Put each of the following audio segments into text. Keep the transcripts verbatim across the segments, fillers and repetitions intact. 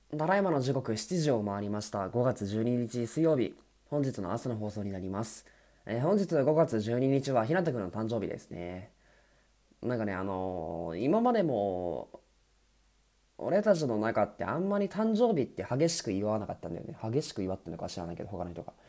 ただいまの時刻しちじを回りました。ごがつじゅうににち水曜日、本日の朝の放送になります。えー本日ごがつじゅうににちはひなたくんの誕生日ですね。なんかね、あのー今までも俺たちの中ってあんまり誕生日って激しく祝わなかったんだよね。激しく祝ってるのか知らないけど、他の人が。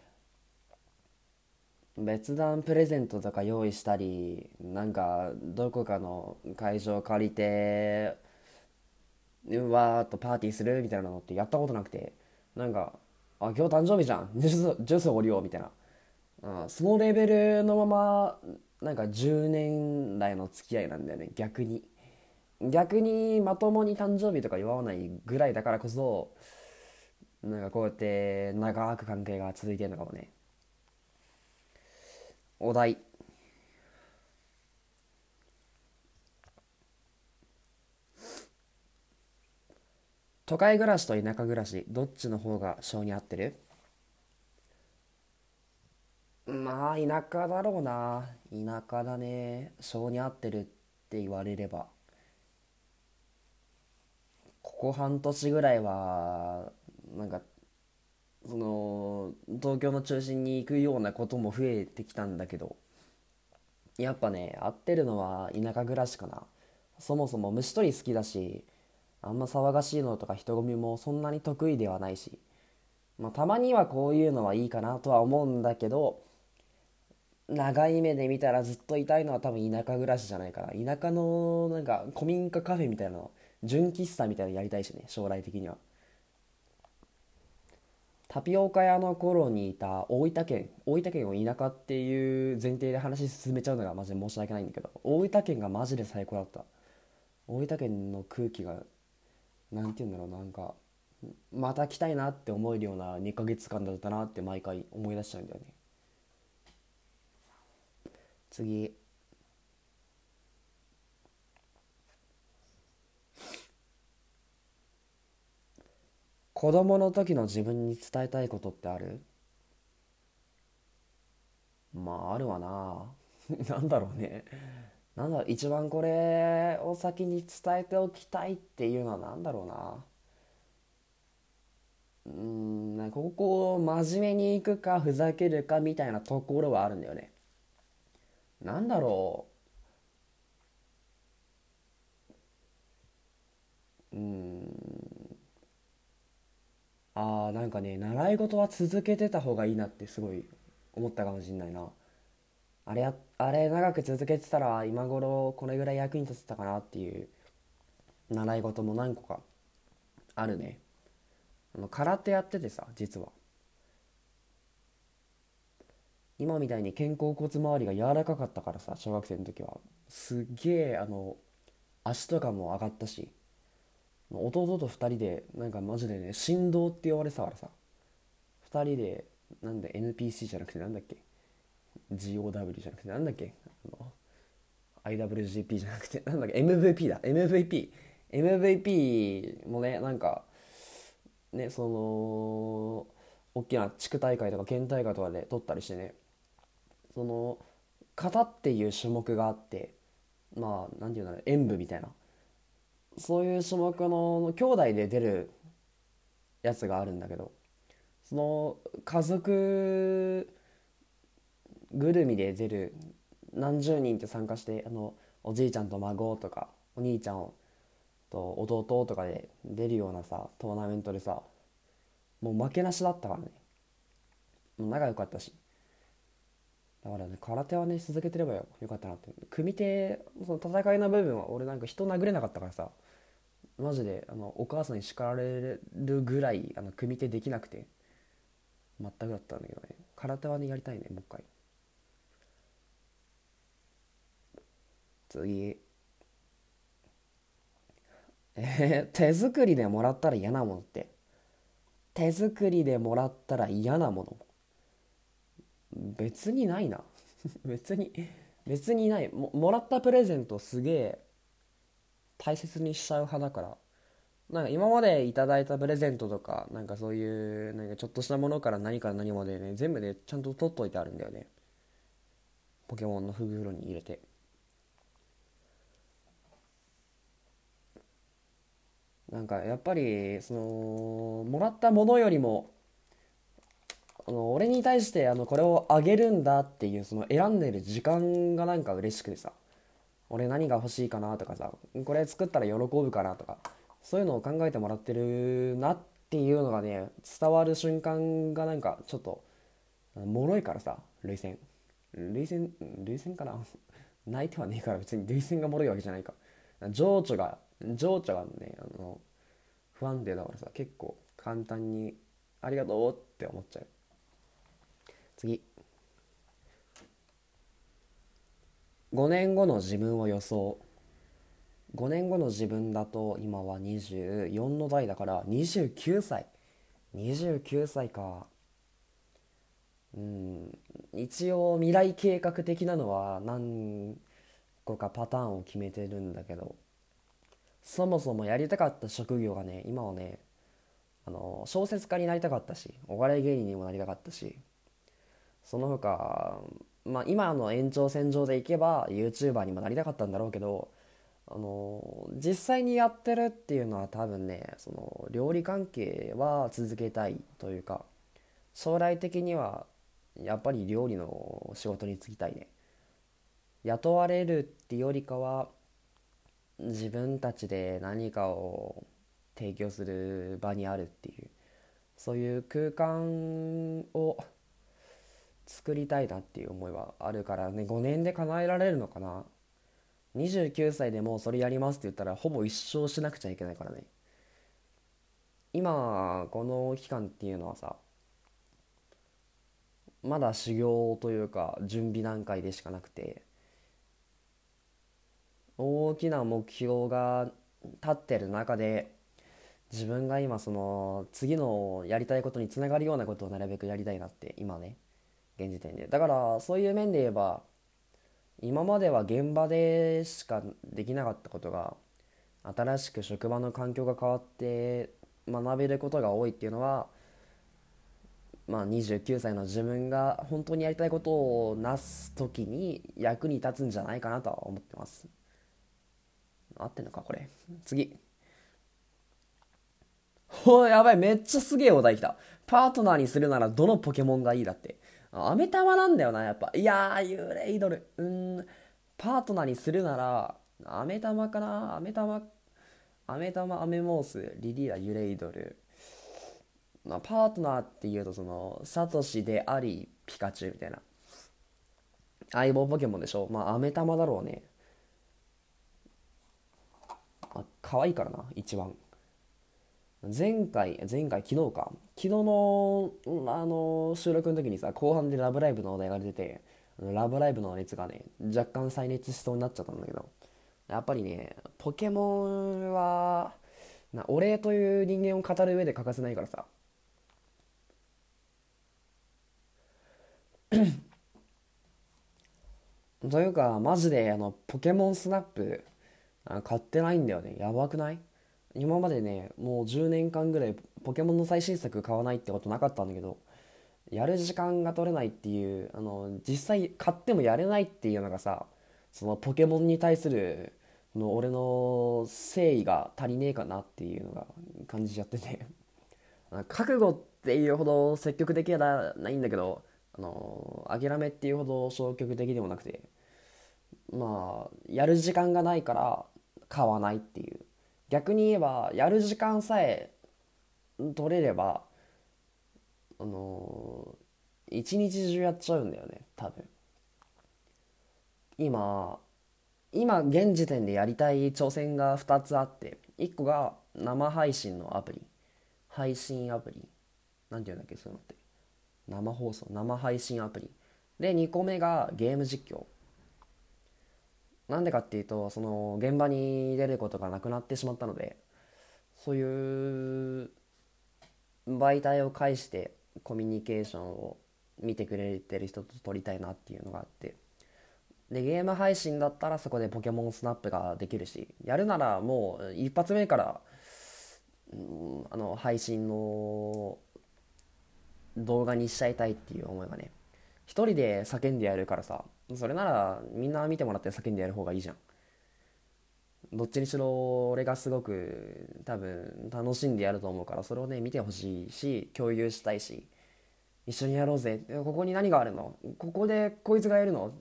別段プレゼントとか用意したり、なんかどこかの会場を借りて、うわーっとパーティーするみたいなのってやったことなくて、なんか、あ、今日誕生日じゃん。ジュース、ジュースおごるよみたいな。あ、そのレベルのままなんかじゅうねん来の付き合いなんだよね、逆に。逆にまともに誕生日とか祝わないぐらいだからこそ、なんかこうやって長く関係が続いてるのかもね。お題。都会暮らしと田舎暮らしどっちの方が性に合ってる？まあ田舎だろうな。田舎だね。性に合ってるって言われれば、ここ半年ぐらいはなんかその東京の中心に行くようなことも増えてきたんだけど、やっぱね、合ってるのは田舎暮らしかな。そもそも虫取り好きだし、あんま騒がしいのとか人混みもそんなに得意ではないし、まあ、たまにはこういうのはいいかなとは思うんだけど、長い目で見たらずっといたいのは多分田舎暮らしじゃないかな。田舎のなんか古民家カフェみたいなの、純喫茶みたいなのやりたいしね、将来的には。タピオカ屋の頃にいた大分県大分県を田舎っていう前提で話進めちゃうのがマジで申し訳ないんだけど、大分県がマジで最高だった。大分県の空気が、なんて言うんだろう、なんかまた来たいなって思えるようなにかげつかんだったなって毎回思い出しちゃうんだよね。次。子供の時の自分に伝えたいことってある？まああるわな。なんだろうね。なんだろう、一番これを先に伝えておきたいっていうのはなんだろうな。うーん、なんかここを真面目に行くかふざけるかみたいなところはあるんだよね。なんだろう。うーん。あーなんかね、習い事は続けてた方がいいなってすごい思ったかもしんないな。あれや、あれ長く続けてたら今頃これぐらい役に立ってたかなっていう習い事も何個かあるね。あの空手やっててさ、実は今みたいに肩甲骨周りが柔らかかったからさ、小学生の時はすっげえ、あの足とかも上がったし、弟とふたりでなんかマジでね、振動って呼ばれてたからさ、ふたりで、なんで エヌピーシー じゃなくてなんだっけ、 ジーオーダブリュー じゃなくてなんだっけ、あの アイダブリュージーピー じゃなくてなんだっけ、 エムブイピー だ、 エムブイピー。 エムブイピー もね、なんかね、その大きな地区大会とか県大会とかで取ったりしてね、その型っていう種目があって、まあなんていうんだろう、演舞みたいな、そういう種目の兄弟で出るやつがあるんだけど、その家族ぐるみで出る、何十人って参加して、あのおじいちゃんと孫とかお兄ちゃんと弟とかで出るようなさトーナメントでさ、もう負けなしだったからね。もう仲良かったし、だからね、空手はね続けてればよよかったなって。組手、その戦いの部分は俺なんか人殴れなかったからさ、マジであのお母さんに叱られるぐらいあの組手できなくて、全くだったんだけどね。空手はねやりたいね、もう一回。次。えー、手作りでもらったら嫌なものって。手作りでもらったら嫌なもの、別にないな。別に別にない。も、もらったプレゼントすげえ大切にしちゃう派だから、なんか今までいただいたプレゼントとか、なんかそういうなんかちょっとしたものから何から何までね、全部でちゃんと取っといてあるんだよね、ポケモンの袋に入れて。 なんかやっぱりそのもらったものよりもあの俺に対してあのこれをあげるんだっていうその選んでる時間がなんか嬉しくてさ、俺何が欲しいかなとかさ、これ作ったら喜ぶかなとか、そういうのを考えてもらってるなっていうのがね伝わる瞬間がなんかちょっと脆いからさ。涙腺涙腺涙腺かな泣いてはねえから別に涙腺が脆いわけじゃないか。情緒が情緒がねあの不安定だからさ、結構簡単にありがとうって思っちゃう。次。ごねんごの自分を予想。ごねんごの自分だと今はにじゅうよんの代だからにじゅうきゅうさい。にじゅうきゅうさいか。うん。一応未来計画的なのは何個かパターンを決めてるんだけど、そもそもやりたかった職業がね今はね、あの小説家になりたかったし、お笑い芸人にもなりたかったし、その他、まあ、今の延長線上でいけば YouTuber にもなりたかったんだろうけど、あの実際にやってるっていうのは多分ね、その料理関係は続けたいというか、将来的にはやっぱり料理の仕事に就きたいね。雇われるってよりかは自分たちで何かを提供する場にあるっていう、そういう空間を作りたいなっていう思いはあるからね。ごねんで叶えられるのかな。にじゅうきゅうさいでもうそれやりますって言ったらほぼ一生しなくちゃいけないからね。今この期間っていうのはさ、まだ修行というか準備段階でしかなくて、大きな目標が立ってる中で、自分が今その次のやりたいことにつながるようなことをなるべくやりたいなって今ね、現時点で。だからそういう面で言えば、今までは現場でしかできなかったことが、新しく職場の環境が変わって学べることが多いっていうのは、まあ、にじゅうきゅうさいの自分が本当にやりたいことをなす時に役に立つんじゃないかなとは思ってます。合ってんのかこれ。次。おー、やばい、めっちゃすげえお題来た。パートナーにするならどのポケモンがいいだって。アメタマなんだよなやっぱ。いやー、幽霊イドル。うーん。パートナーにするならアメタマかな。アメタマ、アメタマ、アメモース、リリア、ユレイドル。まあ、パートナーっていうとそのサトシでありピカチュウみたいな相棒ポケモンでしょ。まあアメタマだろうね。あ、可愛いからな一番。前回前回昨日か昨日のうんあの収録の時にさ、後半で「ラブライブ!」のお題が出て、ラブライブの熱がね若干再熱しそうになっちゃったんだけど、やっぱりねポケモンはな、俺という人間を語る上で欠かせないからさ。というかマジであのポケモンスナップあ買ってないんだよね。やばくない？今までねもうじゅうねんかんぐらいポケモンの最新作買わないってことなかったんだけど、やる時間が取れないっていう、あの実際買ってもやれないっていうのがさ、そのポケモンに対するの俺の誠意が足りねえかなっていうのが感じちゃってて覚悟っていうほど積極的ではないんだけど、あの諦めっていうほど消極的でもなくて、まあやる時間がないから買わないっていう。逆に言えばやる時間さえ取れれば、あのー一日中やっちゃうんだよね多分。今今現時点でやりたい挑戦がふたつあって、いっこが生配信のアプリ、配信アプリ、なんていうんだっけそういうのって、生放送生配信アプリで、にこめがゲーム実況。なんでかっていうと、その現場に出ることがなくなってしまったので、そういう媒体を介してコミュニケーションを見てくれてる人と撮りたいなっていうのがあって、でゲーム配信だったらそこでポケモンスナップができるし、やるならもう一発目から、うん、あの配信の動画にしちゃいたいっていう思いがね、一人で叫んでやるからさ、それならみんな見てもらって叫んでやる方がいいじゃん。 どっちにしろ俺がすごく多分楽しんでやると思うから、それをね見てほしいし共有したいし、一緒にやろうぜ、ここに何があるの、ここでこいつがいるのって、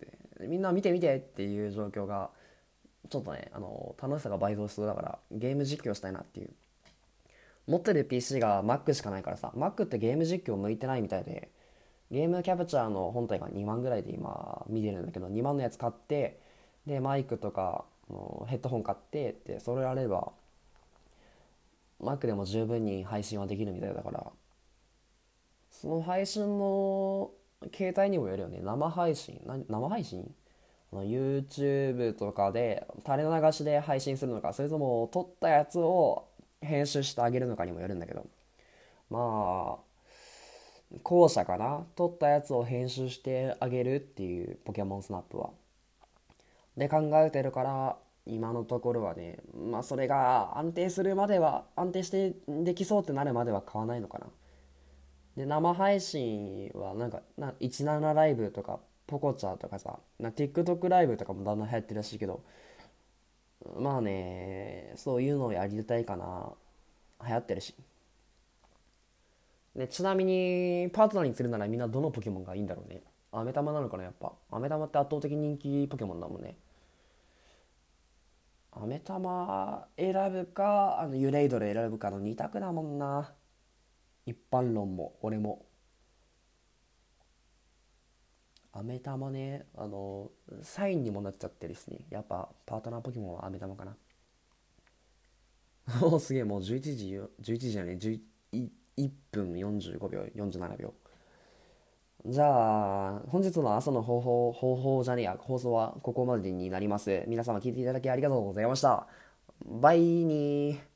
みんな見て見てっていう状況がちょっとね、あの楽しさが倍増しそうだから、ゲーム実況したいなっていう。持ってる ピーシー が Mac しかないからさ、 Mac ってゲーム実況向いてないみたいで、ゲームキャプチャーの本体がにまんぐらいで今見てるんだけど、にまんのやつ買って、でマイクとかヘッドホン買ってってそれあれば Mac でも十分に配信はできるみたいだから、その配信の携帯にもよるよね。生配信な生配信あの YouTube とかで垂れ流しで配信するのか、それとも撮ったやつを編集してあげるのかにもよるんだけど、まあ後者かな。撮ったやつを編集してあげるっていうポケモンスナップはで考えてるから、今のところはね、まあそれが安定するまでは、安定してできそうってなるまでは買わないのかな。で生配信はなんかなじゅうななライブとかポコチャとかさな、 TikTok ライブとかもだんだん流行ってるらしいけど、まあねそういうのをやりたいかな。流行ってるし。でちなみにパートナーにするならみんなどのポケモンがいいんだろうね。アメタマなのかな。やっぱアメタマって圧倒的人気ポケモンだもんね。アメタマ選ぶか、あのユレイドル選ぶかの二択だもんな。一般論も俺も。アメタマね、あのサインにもなっちゃってるしね。やっぱパートナーポケモンはアメタマかな。おおすげえ、もうじゅういちじよ、じゅういちじじゃねえ、じゅういっぷんよんじゅうごびょう、よんじゅうななびょう。じゃあ本日の朝の方法方法じゃねえや放送はここまでになります。皆様聞いていただきありがとうございました。バイニー。